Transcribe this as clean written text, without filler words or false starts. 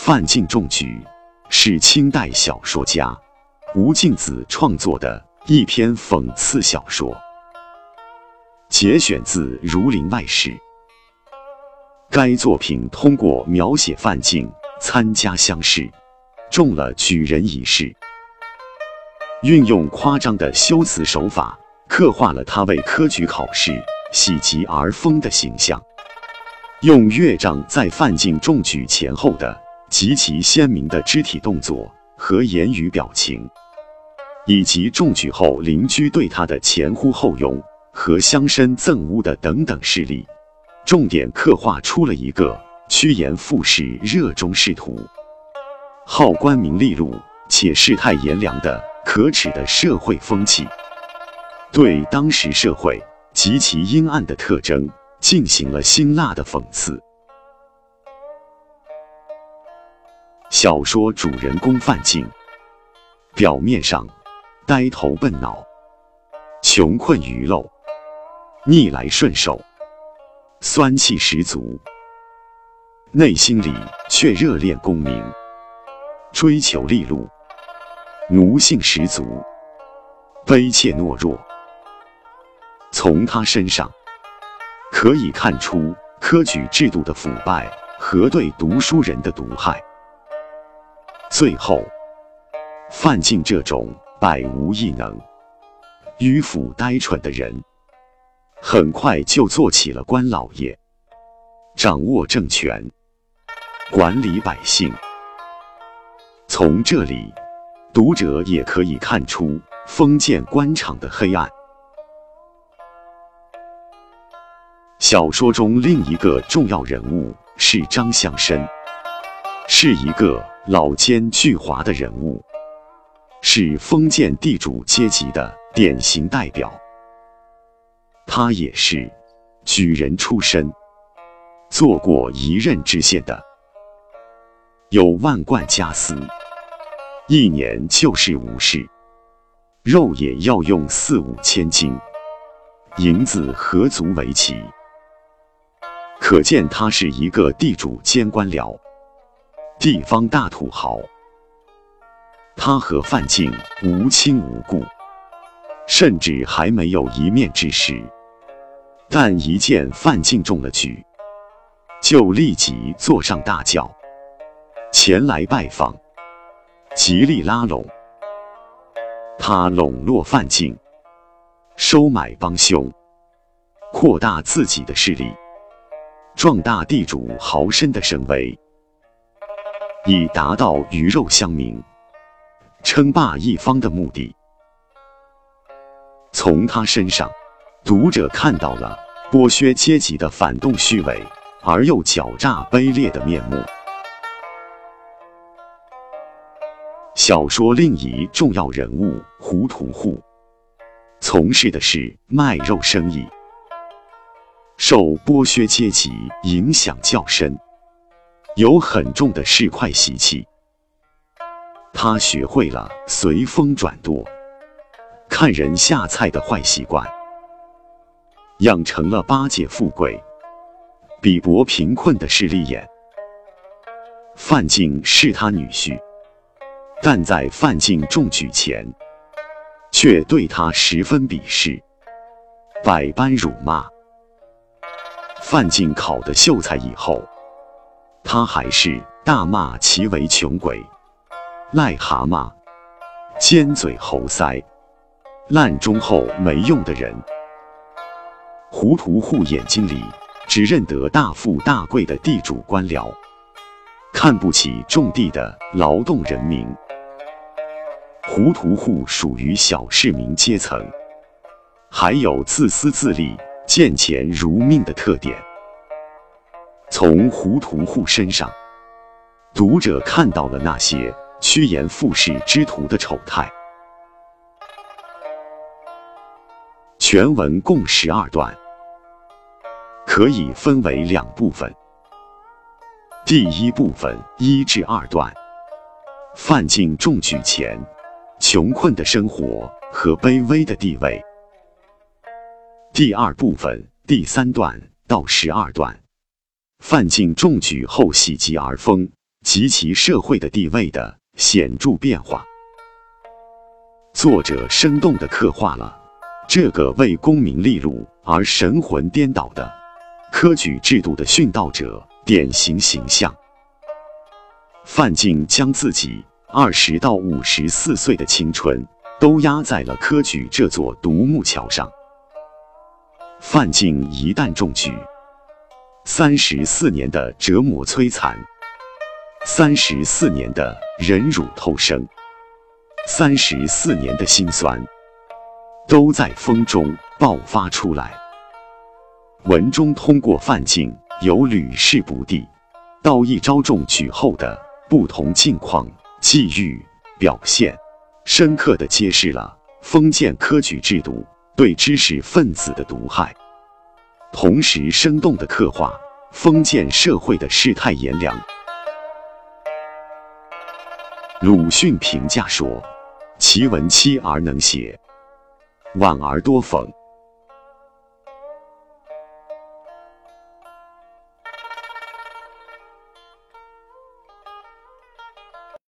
范进中举是清代小说家吴敬梓创作的一篇讽刺小说，节选自《儒林外史》。该作品通过描写范进参加乡试，中了举人一事，运用夸张的修辞手法，刻画了他为科举考试喜极而疯的形象。用乐章在范进中举前后的极其鲜明的肢体动作和言语表情，以及中举后邻居对他的前呼后拥和乡绅赠屋的等等事例，重点刻画出了一个趋炎附势、热衷仕途、好官名利禄且世态炎凉的可耻的社会风气，对当时社会极其阴暗的特征进行了辛辣的讽刺。小说主人公范进，表面上呆头笨脑、穷困愚陋、逆来顺受、酸气十足，内心里却热恋功名，追求利禄，奴性十足，卑怯懦弱。从他身上可以看出科举制度的腐败和对读书人的毒害。最后，范进这种百无一能、迂腐呆蠢的人，很快就做起了官老爷，掌握政权，管理百姓。从这里，读者也可以看出封建官场的黑暗。小说中另一个重要人物是张相绅，是一个老奸巨猾的人物，是封建地主阶级的典型代表。他也是举人出身，做过一任知县的，有万贯家私，一年就是无事，肉也要用4、5千斤，银子何足为奇。可见他是一个地主兼官僚，地方大土豪。他和范进无亲无故，甚至还没有一面之识，但一见范进中了举，就立即坐上大轿，前来拜访，极力拉拢。他笼络范进，收买帮凶，扩大自己的势力，壮大地主豪绅的声威，以达到鱼肉乡民、称霸一方的目的。从他身上，读者看到了剥削阶级的反动虚伪而又狡诈卑劣的面目。小说另一重要人物胡屠户，从事的是卖肉生意，受剥削阶级影响较深，有很重的市侩习气。他学会了随风转舵、看人下菜的坏习惯，养成了巴结富贵、鄙薄贫困的势利眼。范进是他女婿，但在范进中举前，却对他十分鄙视，百般辱骂。范进考得秀才以后，他还是大骂其为穷鬼、癞蛤蟆、尖嘴猴腮、烂忠厚没用的人。胡屠户眼睛里只认得大富大贵的地主官僚，看不起种地的劳动人民。胡屠户属于小市民阶层，还有自私自利、见钱如命的特点。从胡屠户身上，读者看到了那些趋炎附势之徒的丑态。全文共12段，可以分为2部分。第一部分1至2段，范进中举前穷困的生活和卑微的地位。第二部分第3段到12段，范进中举后喜极而疯， 及其社会的地位的显著变化。作者生动地刻画了这个为功名利禄而神魂颠倒的科举制度的殉道者典型形象。范进将自己20到54岁的青春都压在了科举这座独木桥上。范进一旦中举，34年的折磨摧残，34年的忍辱偷生，34年的辛酸，都在风中爆发出来。文中通过范进由屡试不第到一朝中举后的不同境况、际遇、表现，深刻地揭示了封建科举制度对知识分子的毒害，同时生动地刻画封建社会的世态炎凉。鲁迅评价说：其文期而能写，婉而多讽，